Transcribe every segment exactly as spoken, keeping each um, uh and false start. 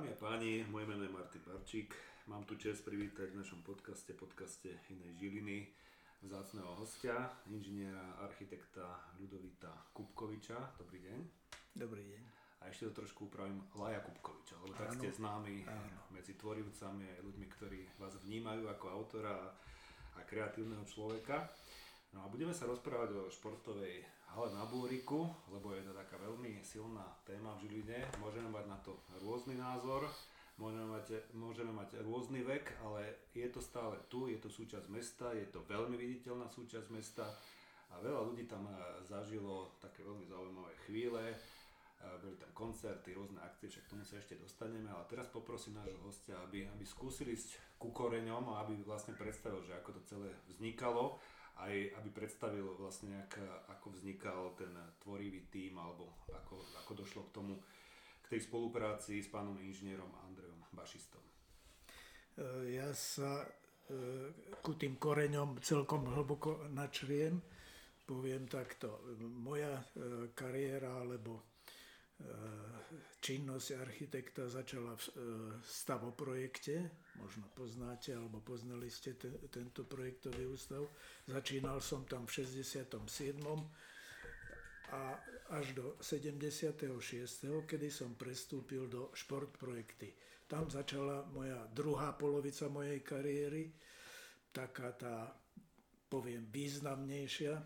Dámy a páni, moje meno je Martin Barčík. Mám tu čest privítať v našom podcaste, podcaste Inej Žiliny, vzácneho hostia, inžiniera, architekta Ľudovita Kupkoviča. Dobrý deň. Dobrý deň. A ešte to trošku upravím, Laja Kupkoviča, lebo tak ste známi áno. medzi tvorivcami aj ľuďmi, ktorí vás vnímajú ako autora a kreatívneho človeka. No a budeme sa rozprávať o športovej hale na Búriku, lebo je to taká veľmi silná téma v Žiline. Môžeme mať na to rôzny názor, môžeme mať, môžeme mať rôzny vek, ale je to stále tu, je to súčasť mesta, je to veľmi viditeľná súčasť mesta a veľa ľudí tam zažilo také veľmi zaujímavé chvíle. Boli tam koncerty, rôzne akcie, však k tomu sa ešte dostaneme, ale teraz poprosím nášho hostia, aby, aby skúsili ísť ku koreňom a aby vlastne predstavil, že ako to celé vznikalo, aj aby predstavil vlastne, ak, ako vznikal ten tvorivý tím, alebo ako, ako došlo k tomu, k tej spolupráci s pánom inžinierom Andrejom Bašistom. Ja sa ku tým koreňom celkom hlboko načriem, poviem takto. Moja kariéra, alebo činnosť architekta začala v stavoprojekte, možno poznáte alebo poznali ste te, tento projektový ústav. Začínal som tam v šesťdesiatom siedmom a až do sedemdesiateho šiesteho, kedy som prestúpil do športprojekty. Tam začala moja druhá polovica mojej kariéry, taká tá, poviem, významnejšia,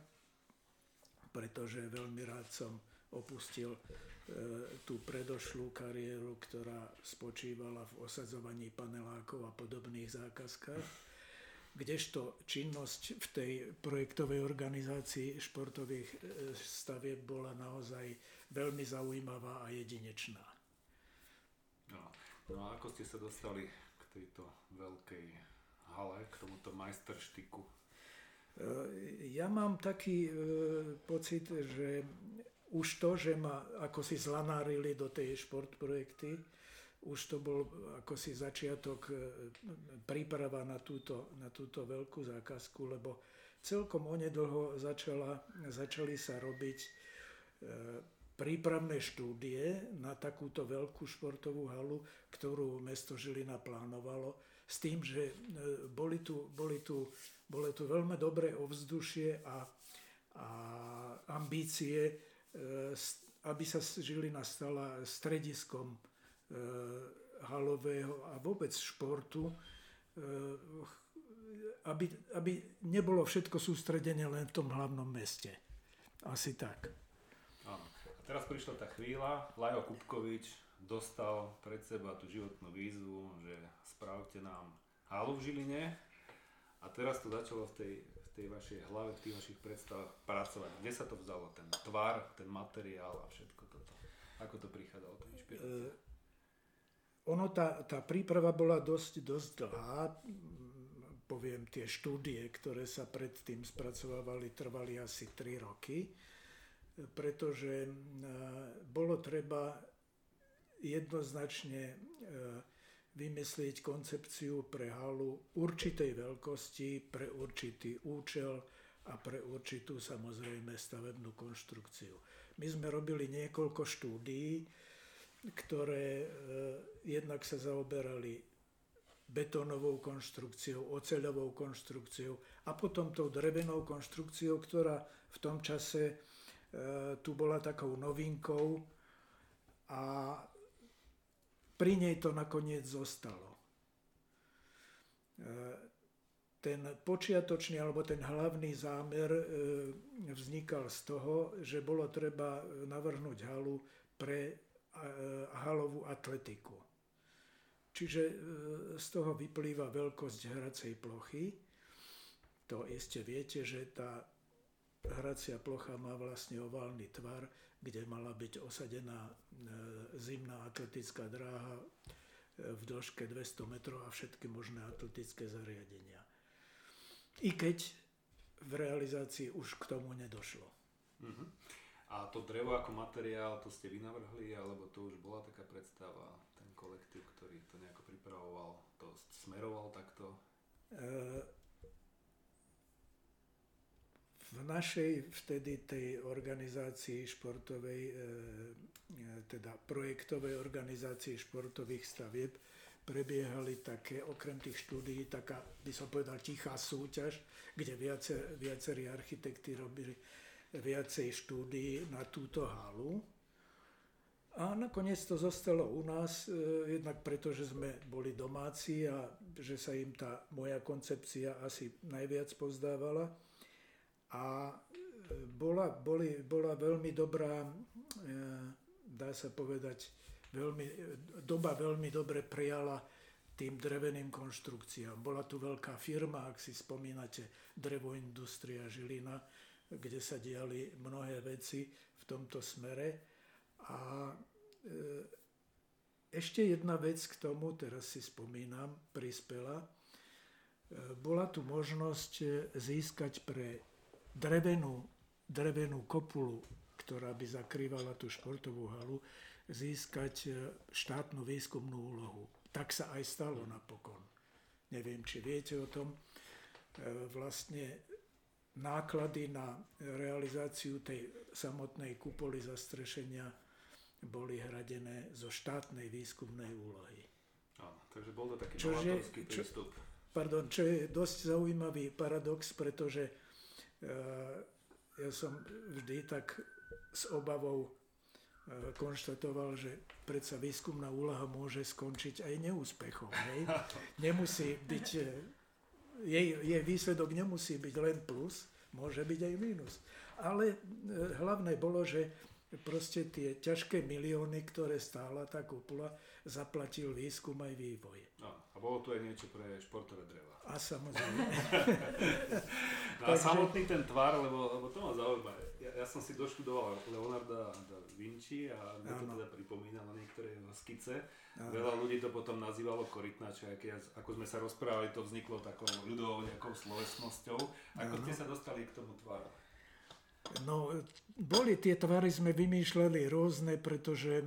pretože veľmi rád som opustil e, tú predošlú kariéru, ktorá spočívala v osadzovaní panelákov a podobných zákazkách, kdežto činnosť v tej projektovej organizácii športových e, stavieb bola naozaj veľmi zaujímavá a jedinečná. No, no a ako ste sa dostali k tejto veľkej hale, k tomuto majsterštyku? E, ja mám taký e, pocit, že už to, že ma ako si zlanárili do tej športprojekty, už to bol ako si začiatok, príprava na túto, na túto veľkú zákazku, lebo celkom onedlho začala, začali sa robiť e, prípravné štúdie na takúto veľkú športovú halu, ktorú mesto Žilina plánovalo, s tým, že e, boli tu, boli tu, bolo tu veľmi dobré ovzdušie a, a ambície, aby sa Žilina stala strediskom halového a vôbec športu, aby, aby nebolo všetko sústredené len v tom hlavnom meste. Asi tak. Áno. A teraz prišla tá chvíľa, Lajo Kupkovič dostal pred seba tú životnú výzvu, že spravte nám halu v Žiline. A teraz to začalo v tej, v tej vašej hlave, v tých vašich predstavách pracovať. Kde sa to vzalo? Ten tvar, ten materiál a všetko toto. Ako to prichádzalo, tá inšpirácia? E, ono, tá, tá príprava bola dosť, dosť dlhá. Poviem, tie štúdie, ktoré sa predtým spracovávali, trvali asi tri roky. Pretože e, bolo treba jednoznačne e, vymyslieť koncepciu pre halu určitej veľkosti, pre určitý účel a pre určitú, samozrejme, stavebnú konštrukciu. My sme robili niekoľko štúdií, ktoré e, jednak sa zaoberali betónovou konštrukciou, oceľovou konštrukciou a potom tou drevenou konštrukciou, ktorá v tom čase e, tu bola takou novinkou a pri nej to nakoniec zostalo. Ten počiatočný alebo ten hlavný zámer vznikal z toho, že bolo treba navrhnúť halu pre halovú atletiku. Čiže z toho vyplýva veľkosť hracej plochy. To iste viete, že tá hracia plocha má vlastne oválny tvar, kde mala byť osadená zimná atletická dráha v dĺžke dvesto metrov a všetky možné atletické zariadenia. I keď v realizácii už k tomu nedošlo. Uh-huh. A to drevo ako materiál, to ste vy navrhli, alebo to už bola taká predstava, ten kolektív, ktorý to nejako pripravoval, to smeroval takto? E- v našej vtedy tej organizácii športovej, teda projektovej organizácii športových stavieb prebiehali také, okrem tých štúdií, taká, by som povedal, tichá súťaž, kde viacer, viacerí architekti robili viacej štúdií na túto halu. A nakoniec to zostalo u nás, jednak preto, že sme boli domáci a že sa im tá moja koncepcia asi najviac pozdávala. A bola, boli, bola veľmi dobrá, dá sa povedať, veľmi, doba veľmi dobre prijala tým dreveným konštrukciám. Bola tu veľká firma, ak si spomínate, Drevoindustria Žilina, kde sa diali mnohé veci v tomto smere. A ešte jedna vec k tomu, teraz si spomínam, prispela. Bola tu možnosť získať pre drevenú, drevenú kopulu, ktorá by zakrývala tú športovú halu, získať štátnu výskumnú úlohu. Tak sa aj stalo napokon. Neviem, či viete o tom. Vlastne náklady na realizáciu tej samotnej kupoly zastrešenia boli hradené zo štátnej výskumnej úlohy. Áno, takže bol to taký Čože, novátorský prístup. Čo, pardon, čo je dosť zaujímavý paradox, pretože uh, ja som vždy tak s obavou uh, konštatoval, že predsa výskumná úloha môže skončiť aj neúspechom. Hej? Nemusí byť, jej, jej výsledok nemusí byť len plus, môže byť aj mínus. Ale uh, hlavné bolo, že proste tie ťažké milióny, ktoré stála tá kupula, zaplatil výskum aj vývoj. No, a bolo tu aj niečo pre športové dreva. A samozrejme. No a samotný ten tvar, lebo, lebo to ma zaujíma. Ja, ja som si doštudoval Leonarda da Vinci a mne to teda pripomínalo niektoré jeho skice. Áno. Veľa ľudí to potom nazývalo korytnač, ako sme sa rozprávali, to vzniklo takou ľudovou nejakou slovesnosťou. Ako ste sa dostali k tomu tvaru? No, boli tie tvary, sme vymýšľali rôzne, pretože e,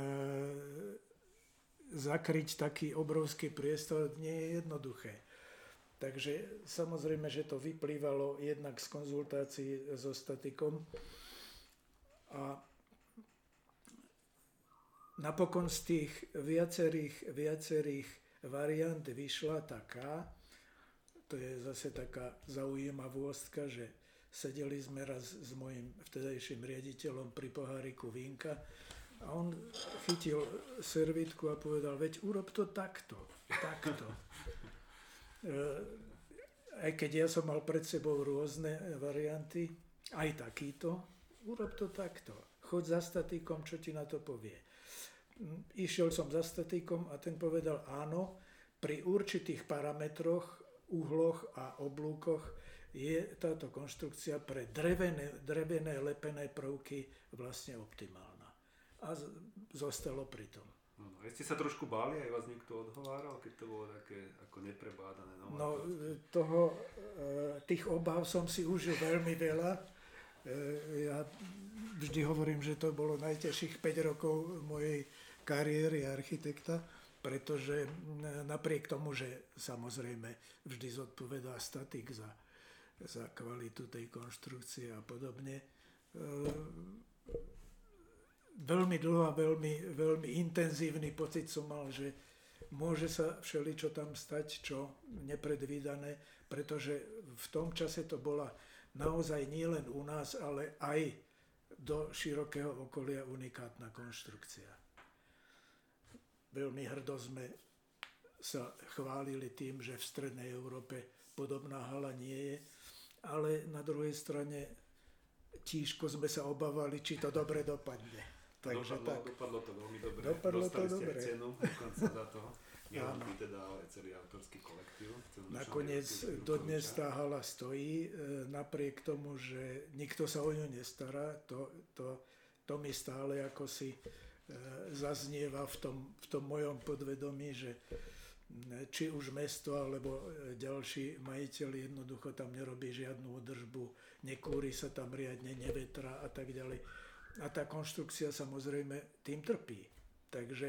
zakryť taký obrovský priestor nie je jednoduché. Takže samozrejme, že to vyplývalo jednak z konzultácií so statikom a napokon z tých viacerých, viacerých variant vyšla taká, to je zase taká zaujímavostka, že sedeli sme raz s mojím vtedajším riaditeľom pri poháriku vínka a on chytil servítku a povedal, veď urob to takto, takto. Aj keď ja som mal pred sebou rôzne varianty, aj takýto, urob to takto. Choď za statikom, čo ti na to povie. Išiel som za statikom a ten povedal, áno, pri určitých parametroch, uhloch a oblúkoch je táto konštrukcia pre drevené, drevené lepené prvky vlastne optimálna. A z, zostalo pri tom. No, ste sa trošku báli, aj vás niekto odhováral, keď to bolo také ako neprebádané? No, toho, tých obáv som si užil veľmi veľa. Ja vždy hovorím, že to bolo najťažších päť rokov mojej kariéry architekta, pretože napriek tomu, že samozrejme vždy zodpovedá statik za za kvalitu tej konštrukcie a podobne. E, veľmi dlho a veľmi, veľmi intenzívny pocit som mal, že môže sa všeličo tam stať, čo nepredvídané, pretože v tom čase to bola naozaj nielen u nás, ale aj do širokého okolia unikátna konštrukcia. Veľmi hrdo sme sa chválili tým, že v strednej Európe podobná hala nie je, ale na druhej strane tížko sme sa obávali, či to dobre dopadne. Takže dopadlo, tak. Dopadlo to veľmi dobre. Dopadlo Dostali to ste dobre. aj cenu dokonca za to. Nielen vy teda, ale celý autorský kolektív. Nakoniec dodnes tá hala stojí, napriek tomu, že nikto sa o ňu nestará. To, to, to mi stále ako si zaznieva v tom, v tom mojom podvedomí, že či už mesto alebo ďalší majiteľ jednoducho tam nerobí žiadnu údržbu, nekúri sa tam riadne, nevetrá a tak ďalej. A tá konštrukcia samozrejme tým trpí. Takže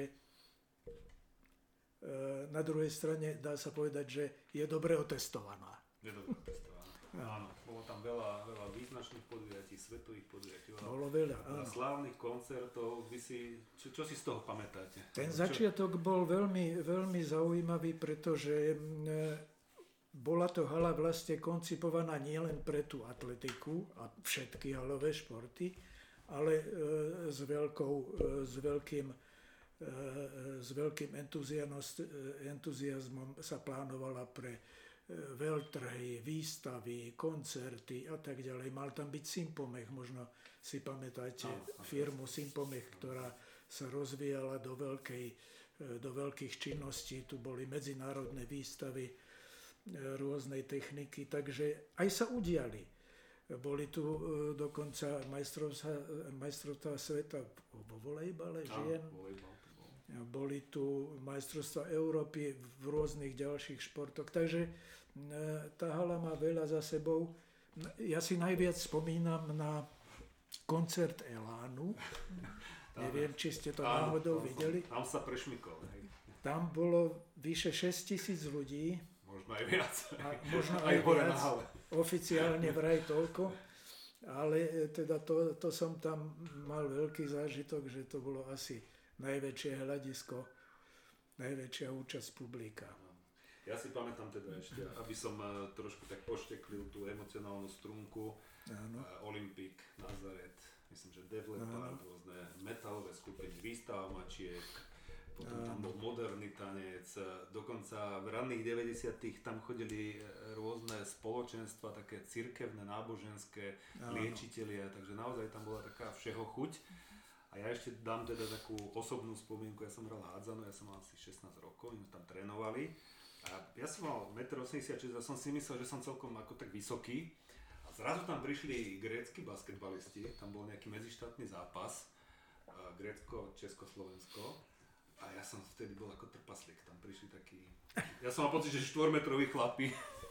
na druhej strane dá sa povedať, že je dobre otestovaná. Je dobre otestovaná. Áno, bolo tam veľa, veľa význačných podujatí, svetových podujatí, veľa, bolo veľa, veľa slávnych koncertov. Vy si, čo, čo si z toho pamätáte? Ten čo? začiatok bol veľmi, veľmi zaujímavý, pretože bola to hala vlastne koncipovaná nielen pre tú atletiku a všetky halové športy, ale s, veľkou, s veľkým, s veľkým entuziazmom sa plánovala pre veľtrhy, výstavy, koncerty a tak ďalej. Mal tam byť Sympomech, možno si pamätáte no, firmu Sympomech, ktorá sa rozvíjala do, veľkej, do veľkých činností. Tu boli medzinárodné výstavy rôznej techniky, takže aj sa udiali. Boli tu dokonca majstrovstvá sveta vo volejbale žien. Boli tu majstrovstvá Európy v rôznych ďalších športoch. Takže tá hala má veľa za sebou. Ja si najviac spomínam na koncert Elánu. Neviem, či ste to áno, náhodou tam videli. Tam sa prešmykol. Tam bolo vyše šesťtisíc ľudí. Možno aj viac. A možno aj, aj viac. Oficiálne vraj toľko. Ale teda to, to som tam mal veľký zážitok, že to bolo asi najväčšie hľadisko, najväčšia účasť publika. Ja si pamätám teda ešte, aby som trošku tak pošteklil tú emocionálnu strunku. Áno. Olympik, Nazaret, myslím, že Def Leppard, rôzne metalové skupiny, výstava mačiek, potom tam bol moderný tanec, dokonca v ranných deväťdesiatych tam chodili rôzne spoločenstva, také cirkevné, náboženské, liečitelia, takže naozaj tam bola taká všeho chuť. A ja ešte dám teda takú osobnú spomienku, ja som hral hádzanú, ja som mal asi šestnásť rokov, my tam trénovali. A ja som mal jeden osemdesiatšesť metrov a som si myslel, že som celkom ako tak vysoký. A zrazu tam prišli grécki basketbalisti, tam bol nejaký medzištátny zápas, Grécko, Československo. A ja som vtedy bol ako trpaslík, tam prišli takí, ja som mal pocit, že štvormetrový chlapi.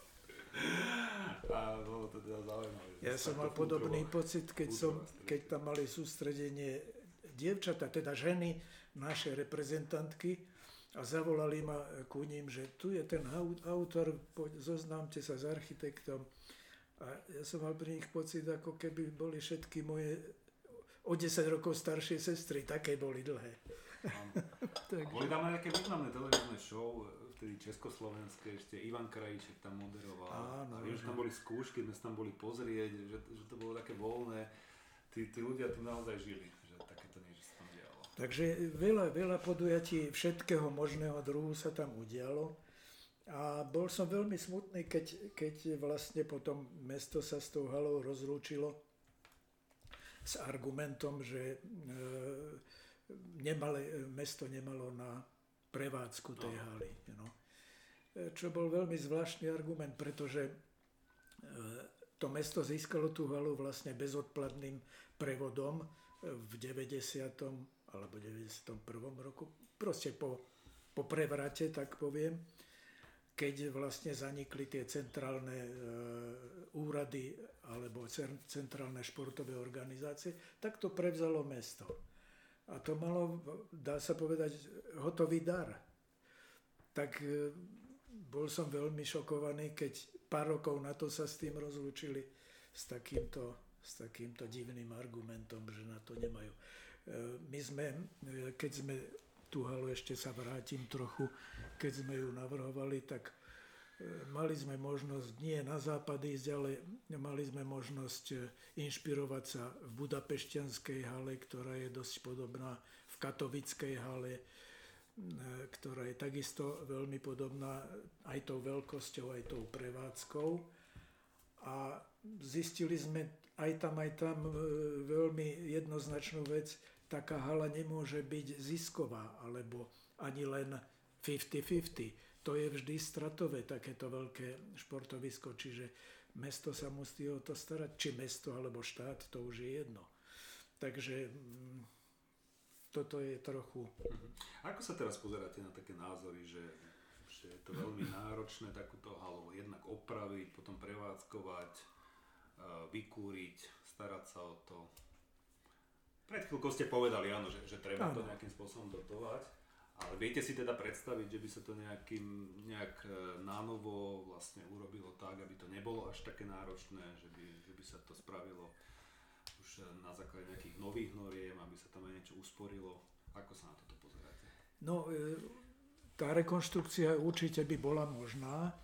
A bolo to teda zaujímavé. Ja som mal podobný pocit, keď, som, keď tam mali sústredenie dievčata, teda ženy, naše reprezentantky a zavolali ma ku ním, že tu je ten autor, poď, zoznámte sa s architektom. A ja som mal pri nich pocit, ako keby boli všetky moje o desať rokov staršie sestry, také boli dlhé. Boli tam aj nejaké významné televízne show, vtedy československé, ešte Ivan Krajíček tam moderoval. Áno, a viem, že tam boli skúšky, sme tam boli pozrieť, že, že to bolo také voľné. Tí, tí ľudia tu naozaj žili, že takéto niečo sa tam dialo. Takže veľa, veľa podujatí všetkého možného druhu sa tam udialo. A bol som veľmi smutný, keď, keď vlastne potom mesto sa s tou halou rozlúčilo s argumentom, že e, Nemali, mesto nemalo na prevádzku tej haly. No. Čo bol veľmi zvláštny argument, pretože to mesto získalo tú halu vlastne bezodplatným prevodom v deväťdesiatom alebo deväťdesiatom prvom roku. Proste po, po prevrate, tak poviem, keď vlastne zanikli tie centrálne e, úrady alebo centrálne športové organizácie, tak to prevzalo mesto. A to malo, dá sa povedať, hotový dar. Tak bol som veľmi šokovaný, keď pár rokov na to sa s tým rozlúčili s takýmto, s takýmto divným argumentom, že na to nemajú. My sme, keď sme tú halu, ešte sa vrátim trochu, keď sme ju navrhovali, tak mali sme možnosť nie na západ ísť, ale mali sme možnosť inšpirovať sa v budapešťanskej hale, ktorá je dosť podobná v katovickej hale, ktorá je takisto veľmi podobná aj tou veľkosťou, aj tou prevádzkou. A zistili sme aj tam, aj tam veľmi jednoznačnú vec, taká hala nemôže byť zisková, alebo ani len päťdesiat päťdesiat. To je vždy stratové, takéto veľké športovisko, čiže mesto sa musí o to starať, či mesto alebo štát, to už je jedno. Takže toto je trochu... Ako sa teraz pozeráte na také názory, že, že je to veľmi náročné takúto halu jednak opraviť, potom prevádzkovať, vykúriť, starať sa o to? Pred chvíľkou ste povedali, áno, že, že treba to nejakým spôsobom dotovať. Ale viete si teda predstaviť, že by sa to nejakým, nejak nánovo vlastne urobilo tak, aby to nebolo až také náročné, že by, že by sa to spravilo už na základe nejakých nových noriem, aby sa tam aj niečo usporilo? Ako sa na toto pozeráte? No, tá rekonštrukcia určite by bola možná.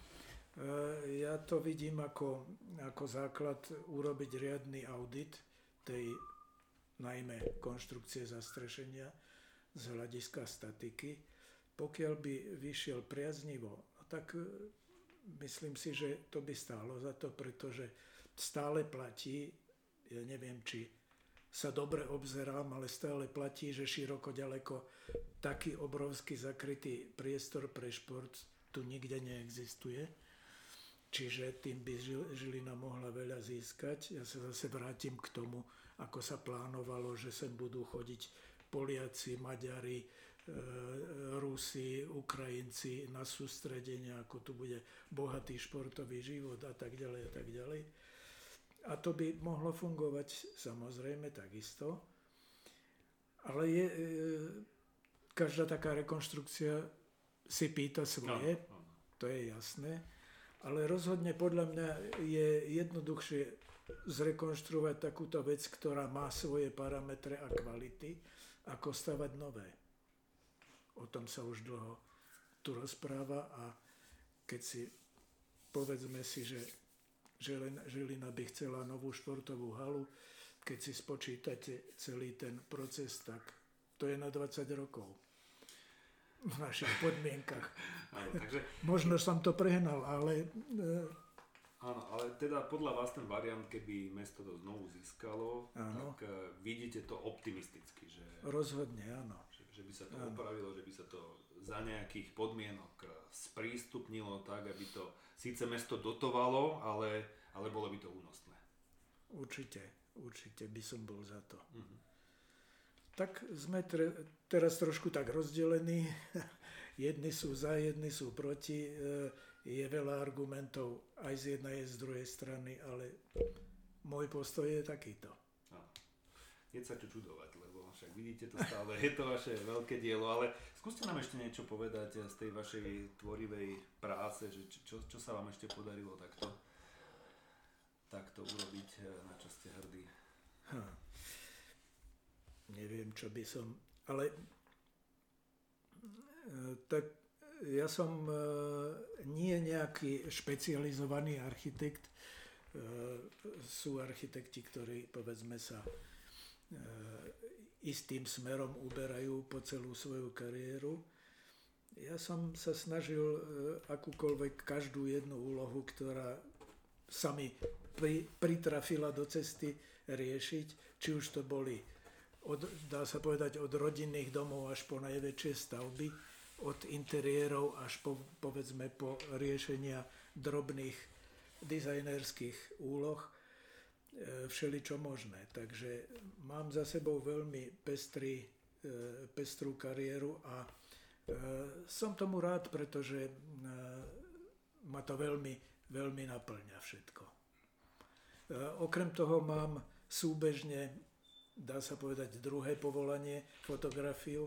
Ja to vidím ako, ako základ urobiť riadny audit tej najmä konštrukcie zastrešenia z hľadiska statiky. Pokiaľ by vyšiel priaznivo, tak myslím si, že to by stálo za to, pretože stále platí, ja neviem, či sa dobre obzerám, ale stále platí, že široko ďaleko taký obrovský zakrytý priestor pre šport tu nikde neexistuje. Čiže tým by Žilina mohla veľa získať. Ja sa zase vrátim k tomu, ako sa plánovalo, že sem budú chodiť Poliaci, Maďari, e, Rusi, Ukrajinci na sústredenie, ako tu bude bohatý športový život a tak ďalej a tak ďalej. A to by mohlo fungovať samozrejme takisto. Ale je, e, každá taká rekonštrukcia si pýta svoje, no, no. To je jasné. Ale rozhodne podľa mňa je jednoduchšie zrekonštruovať takúto vec, ktorá má svoje parametre a kvality, ako stavať nové. O tom sa už dlho tu rozpráva a keď si, povedzme si, že Žilina by chcela novú športovú halu, keď si spočítate celý ten proces, tak to je na dvadsať rokov v našich podmienkach. Áno, takže... Možno som to prehnal, ale... Áno, ale teda podľa vás ten variant, keby mesto to znovu získalo, áno. Tak uh, vidíte to optimisticky, že... Rozhodne, áno. Že, že by sa to áno. opravilo, že by sa to za nejakých podmienok sprístupnilo tak, aby to síce mesto dotovalo, ale, ale bolo by to únosné. Určite, určite by som bol za to. Uh-huh. Tak sme tre, teraz trošku tak rozdelení. Jedni sú za, jedni sú proti. Je veľa argumentov aj z jednej, aj z druhej strany, ale môj postoj je takýto. No. Je sa čo čudovať, lebo však vidíte to stále, je to vaše veľké dielo, ale skúste nám ešte niečo povedať z tej vašej tvorivej práce, že čo, čo sa vám ešte podarilo takto, takto urobiť, na čo ste hrdí. Hm. Neviem, čo by som, ale tak ja som nie nejaký špecializovaný architekt. Sú architekti, ktorí, povedzme sa, istým smerom uberajú po celú svoju kariéru. Ja som sa snažil akúkoľvek každú jednu úlohu, ktorá sa mi pri, pritrafila do cesty, riešiť. Či už to boli, od, dá sa povedať, od rodinných domov až po najväčšie stavby, od interiérov až po, povedzme, po riešenia drobných dizajnerských úloh, všeličo možné. Takže mám za sebou veľmi pestrý, pestrú kariéru a som tomu rád, pretože ma to veľmi, veľmi naplňa všetko. Okrem toho mám súbežne, dá sa povedať, druhé povolanie, fotografiu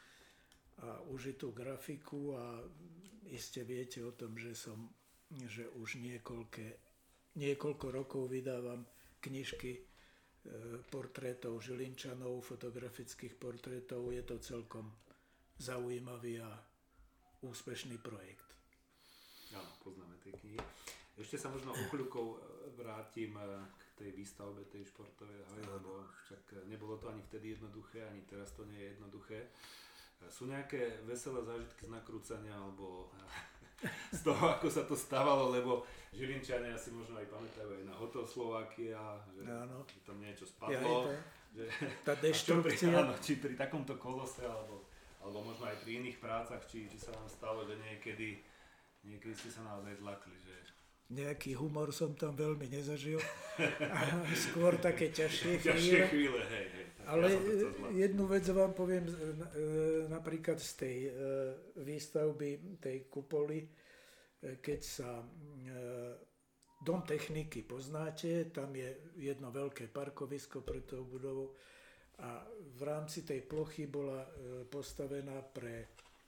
a užitú grafiku a iste viete o tom, že som, že už niekoľké, niekoľko rokov vydávam knižky e, portrétov Žilinčanov, fotografických portrétov. Je to celkom zaujímavý a úspešný projekt. Áno, poznáme tie knihy. Ešte sa možno ochľukou vrátim k tej výstavbe tej športovej haly, lebo však nebolo to ani vtedy jednoduché, ani teraz to nie je jednoduché. Sú nejaké veselé zážitky z nakrúcania alebo z toho, ako sa to stávalo, lebo Žilinčania si možno aj pamätajú aj na Hotel Slovakia, že, že tam niečo spadlo. Ja, že, tá deštrukcia. Pri, áno, či pri takomto kolose, alebo, alebo možno aj pri iných prácach, či, či sa vám stalo, že niekedy, niekedy ste sa naozaj zlakli, že... Nejaký humor som tam veľmi nezažil. Skôr také ťažšie chvíle. Ťažšie chvíle, hej, hej. Ale ja jednu vec vám poviem napríklad z tej výstavby, tej kupoly, keď sa Dom techniky poznáte, tam je jedno veľké parkovisko pre tú budovu a v rámci tej plochy bola postavená pre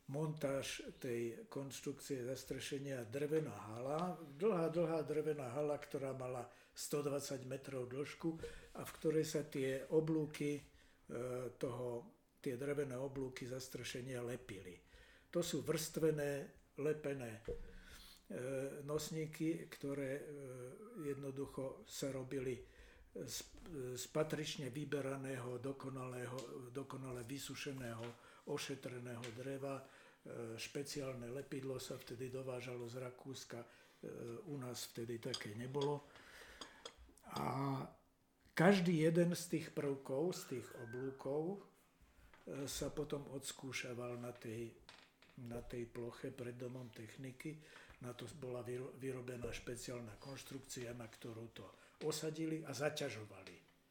montáž tej konštrukcie zastrešenia drevená hala, dlhá, dlhá drevená hala, ktorá mala stodvadsať metrov dĺžku a v ktorej sa tie oblúky toho, tie drevené oblúky zastrešenia lepili. To sú vrstvené, lepené nosníky, ktoré jednoducho sa robili z, z patrične vyberaného, dokonalého, dokonale vysušeného, ošetreného dreva. Špeciálne lepidlo sa vtedy dovážalo z Rakúska, u nás vtedy také nebolo. A každý jeden z tých prvkov, z tých oblúkov sa potom odskúšaval na tej, na tej ploche pred domom techniky. Na to bola vyrobená špeciálna konštrukcia, na ktorú to osadili a zaťažovali.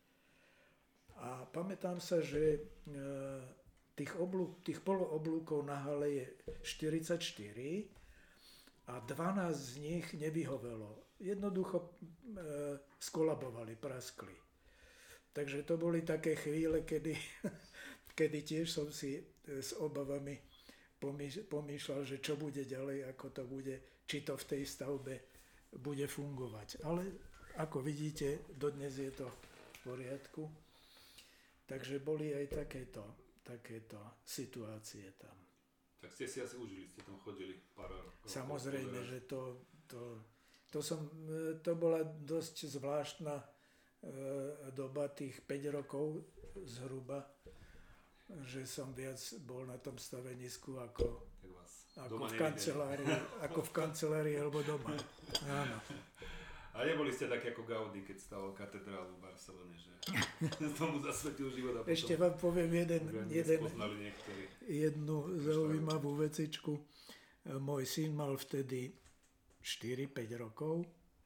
A pamätám sa, že tých, oblúk, tých polooblúkov na hale je štyridsaťštyri a dvanásť z nich nevyhovelo. Jednoducho e, skolabovali, praskli. Takže to boli také chvíle, kedy, kedy tiež som si s obavami pomýšľal, že čo bude ďalej, ako to bude, či to v tej stavbe bude fungovať. Ale ako vidíte, dodnes je to v poriadku. Takže boli aj takéto, takéto situácie tam. Tak ste si asi užili, ste tam chodili pár rokov. Samozrejme, že to, to, to, som, to bola dosť zvláštna e, doba, tých päť rokov zhruba, že som viac bol na tom stavenisku ako, ako, v, kancelárii, ako v kancelárii alebo doma. Áno. A neboli ste takí ako Gaudí, keď staval katedrálu v Barcelone, že tomu zasvetil život a potom... Ešte vám poviem jeden, jeden, jednu zaujímavú vecičku. Môj syn mal vtedy štyri päť rokov.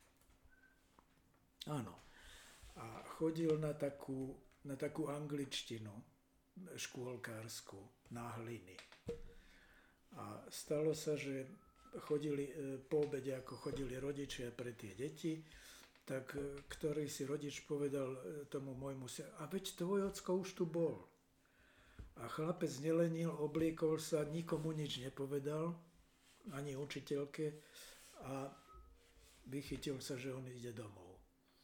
Áno. A chodil na takú, na takú angličtinu škôlkársku na Hliny. A stalo sa, že chodili po obede, ako chodili rodičia pre tie deti, tak ktorý si rodič povedal tomu môjmu synu, a veď tvoj ocko už tu bol. A chlapec nelenil, obliekol sa, nikomu nič nepovedal, ani učiteľke, a vychytil sa, že on ide domov.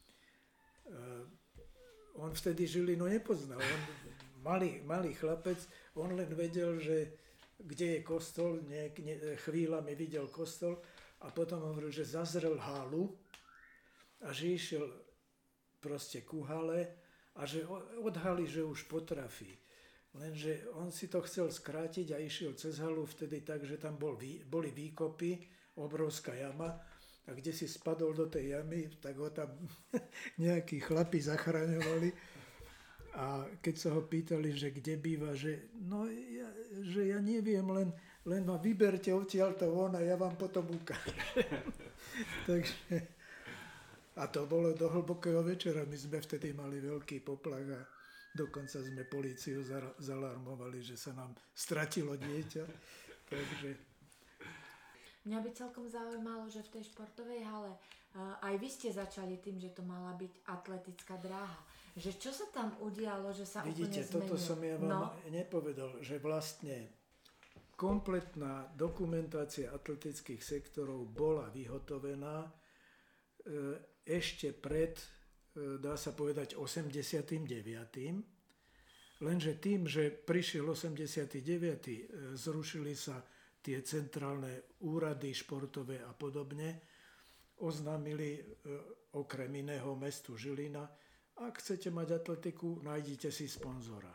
On vtedy Žilinu nepoznal. On, malý, malý chlapec, on len vedel, že kde je kostol, nie, nie, chvíľami videl kostol a potom hovoril, že zazrel halu a že išiel proste ku hale a že od haly, že už potrafí. Lenže on si to chcel skrátiť a išiel cez halu vtedy tak, že tam bol, boli výkopy, obrovská jama a kde si spadol do tej jamy, tak ho tam nejakí chlapi zachraňovali. A keď sa ho pýtali, že kde býva, že no ja, že ja neviem, len, len ma vyberte odtiaľ to von a ja vám potom ukážem. Takže, a to bolo do hlbokého večera. My sme vtedy mali veľký poplach a dokonca sme políciu zalarmovali, že sa nám stratilo dieťa. Takže... Mňa by celkom zaujímalo, že v tej športovej hale uh, aj vy ste začali tým, že to mala byť atletická dráha. Že čo sa tam udialo, že sa Vidíte, úplne zmenilo? Toto som ja vám no. nepovedal, že vlastne kompletná dokumentácia atletických sektorov bola vyhotovená e, ešte pred, e, dá sa povedať, osemdesiatym deviatym Lenže tým, že prišiel osemdesiaty deviaty zrušili sa tie centrálne úrady športové a podobne, oznámili e, okrem iného mestu Žilina, ak chcete mať atletiku, nájdite si sponzora.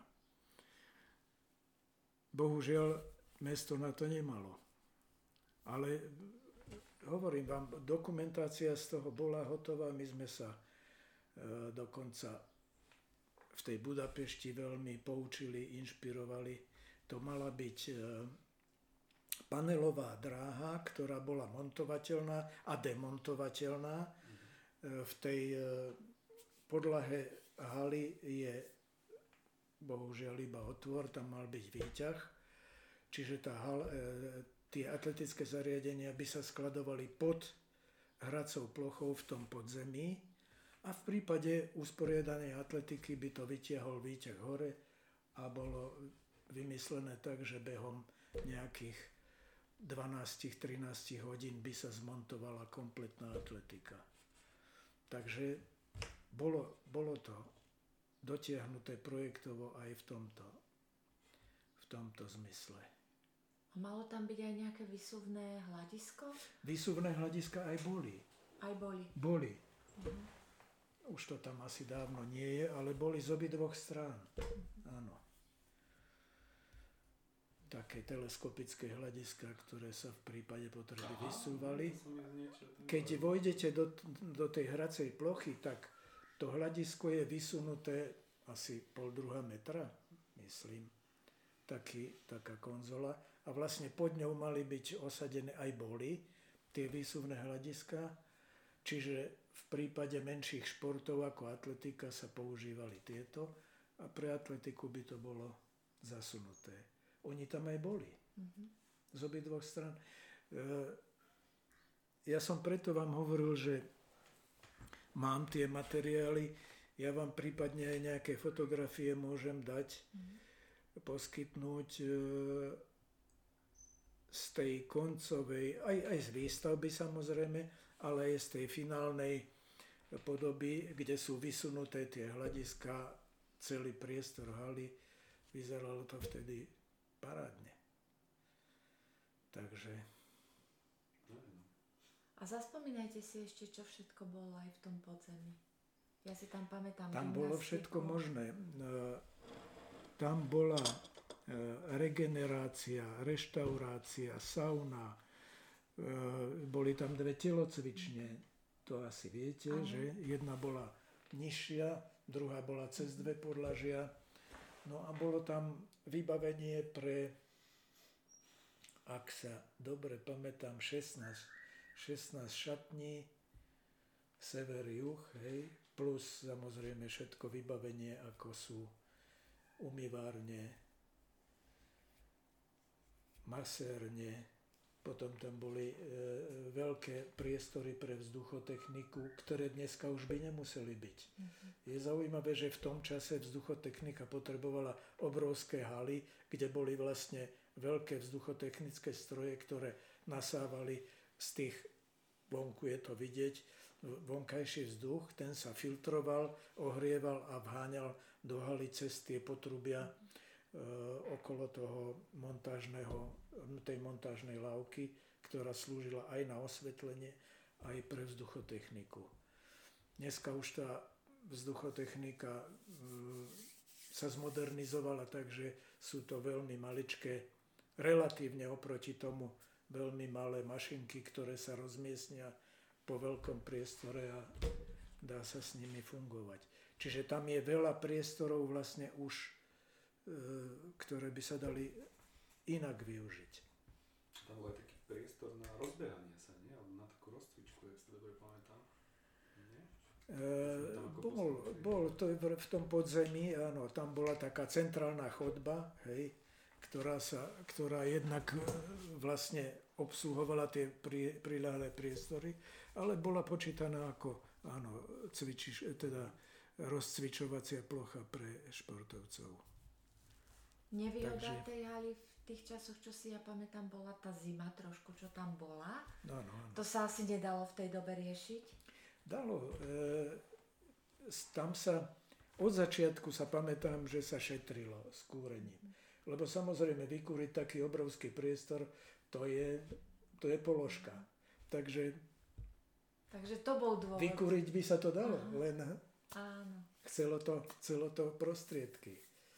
Bohužiaľ, mesto na to nemalo. Ale hovorím vám, dokumentácia z toho bola hotová. My sme sa e, dokonca v tej Budapešti veľmi poučili, inšpirovali. To mala byť e, panelová dráha, ktorá bola montovateľná a demontovateľná. E, v tej e, podlahe haly je bohužiaľ iba otvor, tam mal byť výťah, čiže tá hal, e, tie atletické zariadenia by sa skladovali pod hracou plochou v tom podzemí a v prípade usporiadanej atletiky by to vytiahol výťah hore a bolo vymyslené tak, že behom nejakých dvanásť trinásť hodín by sa zmontovala kompletná atletika. Takže bolo, bolo to dotiahnuté projektovo aj v tomto, v tomto zmysle. A malo tam byť aj nejaké výsuvné hľadisko? Výsuvné hľadiska aj boli. Aj boli? Boli. Uh-huh. Už to tam asi dávno nie je, ale boli z obidvoch strán. Uh-huh. Áno. Také teleskopické hľadiska, ktoré sa v prípade potreby vysúvali. Keď vojdete do, do tej hracej plochy, tak to hľadisko je vysunuté asi pol druhá metra, myslím. Taký, taká konzola. A vlastne pod ňou mali byť osadené aj boli tie výsuvné hľadiska. Čiže v prípade menších športov ako atletika sa používali tieto a pre atletiku by to bolo zasunuté. Oni tam aj boli. Mm-hmm. Z obidvoch stran. Ja som preto vám hovoril, že mám tie materiály, ja vám prípadne aj nejaké fotografie môžem dať, mm-hmm. poskytnúť z tej koncovej, aj, aj z výstavby samozrejme, ale aj z tej finálnej podoby, kde sú vysunuté tie hľadiska, celý priestor haly. Vyzeralo to vtedy parádne. Takže... A zaspomínajte si ešte, čo všetko bolo aj v tom podzemí. Ja si tam pamätám. Tam bolo všetko možné. Tam bola regenerácia, reštaurácia, sauna, boli tam dve telocvične, to asi viete, Aha. že jedna bola nižšia, druhá bola cez dve podlažia. No a bolo tam vybavenie pre, ak sa dobre pamätám, šestnásť, šestnásť šatní, sever, juh, hej, plus samozrejme všetko vybavenie, ako sú umývárne, masérne, potom tam boli e, veľké priestory pre vzduchotechniku, ktoré dneska už by nemuseli byť. Uh-huh. Je zaujímavé, že v tom čase vzduchotechnika potrebovala obrovské haly, kde boli vlastne veľké vzduchotechnické stroje, ktoré nasávali z tých, vonku je to vidieť, vonkajší vzduch, ten sa filtroval, ohrieval a vháňal do haly cez tie potrubia okolo toho montážneho, tej montážnej lávky, ktorá slúžila aj na osvetlenie, aj pre vzduchotechniku. Dneska už tá vzduchotechnika sa zmodernizovala, takže sú to veľmi maličké, relatívne oproti tomu veľmi malé mašinky, ktoré sa rozmiestnia po veľkom priestore a dá sa s nimi fungovať. Čiže tam je veľa priestorov vlastne už, ktoré by sa dali inak využiť. Tam bol aj taký priestor na rozbehanie sa, nie? Alebo na takú rozcvičku, jak si to dobre pamätám. Nie? E, bol, bol to v tom podzemí, áno, tam bola taká centrálna chodba, hej, ktorá, sa, ktorá jednak vlastne obsluhovala tie pri, priľahlé priestory, ale bola počítaná ako, áno, cvičiš, teda rozcvičovacia plocha pre športovcov. Nevýhoda Takže... tej haly v tých časoch, čo si ja pamätám, bola tá zima trošku, čo tam bola. No, no, no. To sa asi nedalo v tej dobe riešiť? Dalo. E, tam sa, od začiatku sa pamätám, že sa šetrilo s kúrením. Mm. Lebo samozrejme vykúriť taký obrovský priestor, to je, to je položka. Takže, Takže to bol dôvod. Vykúriť by sa to dalo, Aha. len Áno. Chcelo, to, chcelo to prostriedky.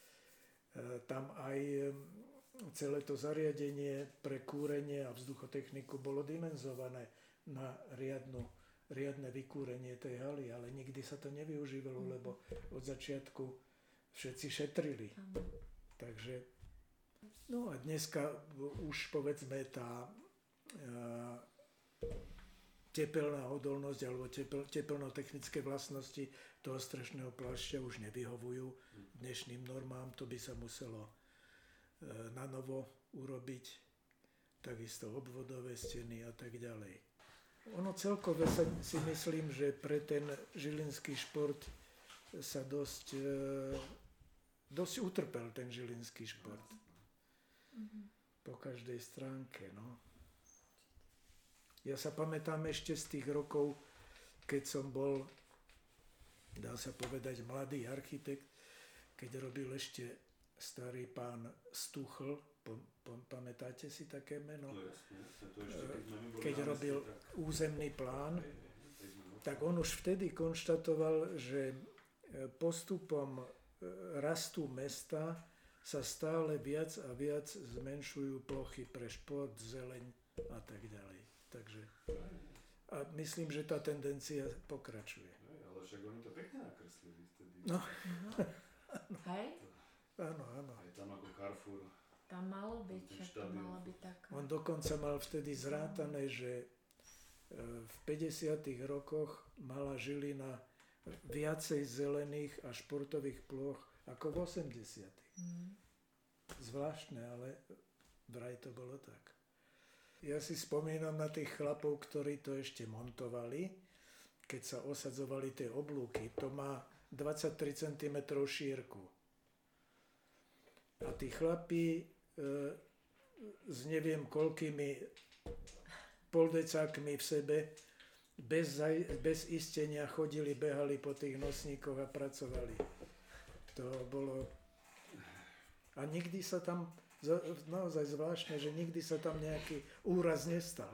Tam aj celé to zariadenie pre kúrenie a vzduchotechniku bolo dimenzované na riadnu, riadne vykúrenie tej haly, ale nikdy sa to nevyužívalo, mm. lebo od začiatku všetci šetrili. Mm. Takže, no a dneska už povedzme tá uh, tepelná odolnosť alebo tepel, tepelno-technické vlastnosti toho strešného plášťa už nevyhovujú dnešným normám, to by sa muselo e, na novo urobiť, takisto obvodové steny a tak ďalej. Ono celkové sa, si myslím, že pre ten žilinský šport sa dosť, e, dosť utrpel ten žilinský šport. Mm-hmm. Po každej stránke, no. Ja sa pamätám ešte z tých rokov, keď som bol, dá sa povedať, mladý architekt, keď robil ešte starý pán Stuchl, pamätáte si také meno? No jasne, jasne, to ešte, keď, keď robil tak... územný plán, tak on už vtedy konštatoval, že postupom rastu mesta sa stále viac a viac zmenšujú plochy pre šport, zeleň a tak ďalej. Takže, a myslím, že tá tendencia pokračuje. Ale však oni to pekne nakreslili vtedy. No. Hej? Áno, áno. Aj tam ako Carrefour. Tam malo byť, však to malo byť tak. On dokonca mal vtedy zrátané, že v päťdesiatych rokoch mala Žilina viacej zelených a športových ploch ako v osemdesiatych. Mm. Zvláštne, ale vraj to bolo tak. Ja si spomínam na tých chlapov, ktorí to ešte montovali, keď sa osadzovali tie oblúky. To má dvadsaťtri centimetrov šírku. A tí chlapi e, s neviem koľkými poldecákmi v sebe bez, bez istenia chodili, behali po tých nosníkoch a pracovali. To bolo... A nikdy sa tam, naozaj zvláštne, že nikdy sa tam nejaký úraz nestal.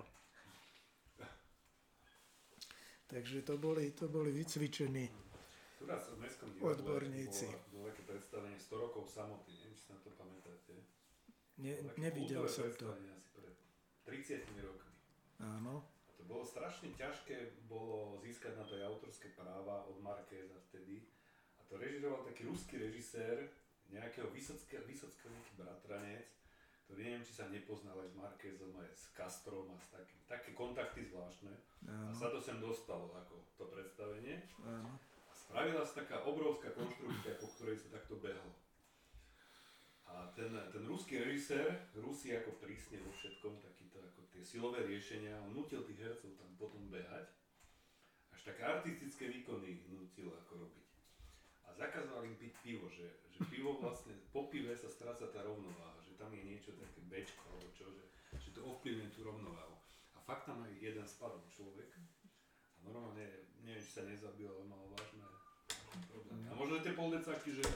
Takže to boli, to boli vycvičení odborníci. Bolo také predstavenie sto rokov samoty, neviem, či si na to pamätáte. Ne, nevidel som to. Asi pred tridsiatimi rokmi. Áno. A to bolo strašne ťažké, bolo získať na to aj autorské práva od Markéza vtedy. A to režiroval taký ruský režisér, nejakého vysockého, vysockého nejaký bratranec, ktorý neviem, či sa nepoznal aj s Markézom, aj s Castrom a s takým, také kontakty zvláštne. Áno. A sa to sem dostalo, ako to predstavenie. Áno. A spravila sa taká obrovská konštrukcia, po ktorej sa takto behalo. A ten, ten ruský režisér, Rusi ako prísne vo všetkom, takýto ako tie silové riešenia, on nutil tých hercov tam potom behať, až také artistické výkony nutil ako robiť. A zakazoval im piť pivo, že, že pivo vlastne, po pive sa stráca tá rovnováha, že tam je niečo také bečko, alebo čo, že, že to ovplyvňuje tú rovnováhu. A fakt tam aj jeden spadol človek a normálne, neviem, či sa nezabil, ale mal vážne problémy. A možno tie poldecáky, že...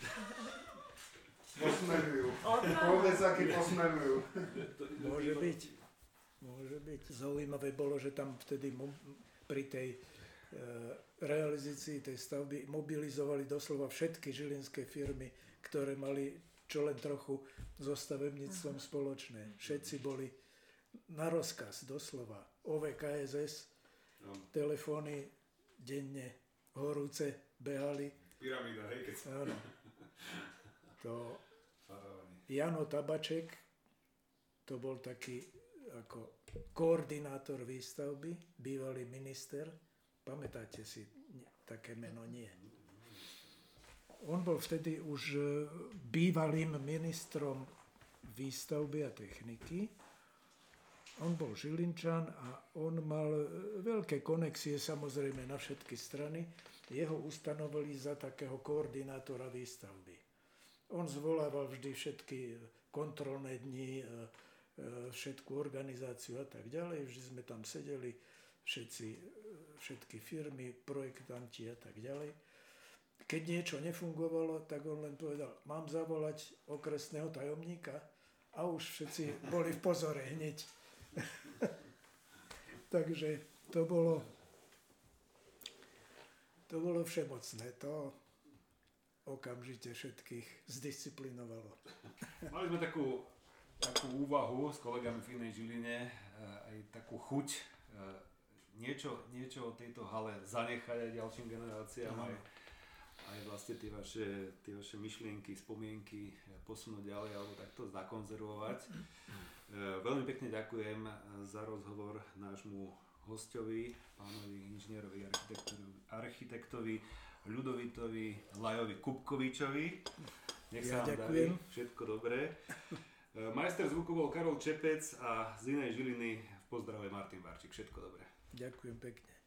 Posmerujú. Poldecáky posmerujú. Môže byť. Môže byť. Zaujímavé bolo, že tam vtedy pri tej realizácii tej stavby mobilizovali doslova všetky žilinské firmy, ktoré mali čo len trochu so stavebníctvom spoločné. Všetci boli na rozkaz, doslova. ó vé ká es es, no. Telefóny denne horúce behali. Pyramída, hej, keď sa... Áno. To Jano Tabaček, to bol taký ako koordinátor výstavby, bývalý minister. Pamätáte si také meno? Nie. On bol vtedy už bývalým ministrom výstavby a techniky. On bol Žilinčan a on mal veľké konexie samozrejme na všetky strany. Jeho ustanovili za takého koordinátora výstavby. On zvolával vždy všetky kontrolné dni, všetku organizáciu a tak ďalej. Vždy sme tam sedeli, všetci, všetky firmy, projektanti a tak ďalej. Keď niečo nefungovalo, tak on len povedal, mám zavolať okresného tajomníka a už všetci boli v pozore hneď. Takže to bolo, to bolo všemocné. To okamžite všetkých zdisciplinovalo. Mali sme takú, takú úvahu s kolegami v inej Žiline, aj takú chuť niečo, niečo o tejto hale zanechať aj ďalším generáciám, aj, aj vlastne tie vaše, tie vaše myšlienky, spomienky posunúť ďalej alebo takto zakonzervovať. Veľmi pekne ďakujem za rozhovor nášmu hosťovi, pánovi inžinierovi architektovi, architektovi Ľudovitovi Lajovi Kupkovičovi. Nech sa vám darí všetko dobré. Majster zvuku bol Karol Čepec a z inej Žiliny v pozdrave Martin Barčík. Všetko dobré. Ďakujem pekne.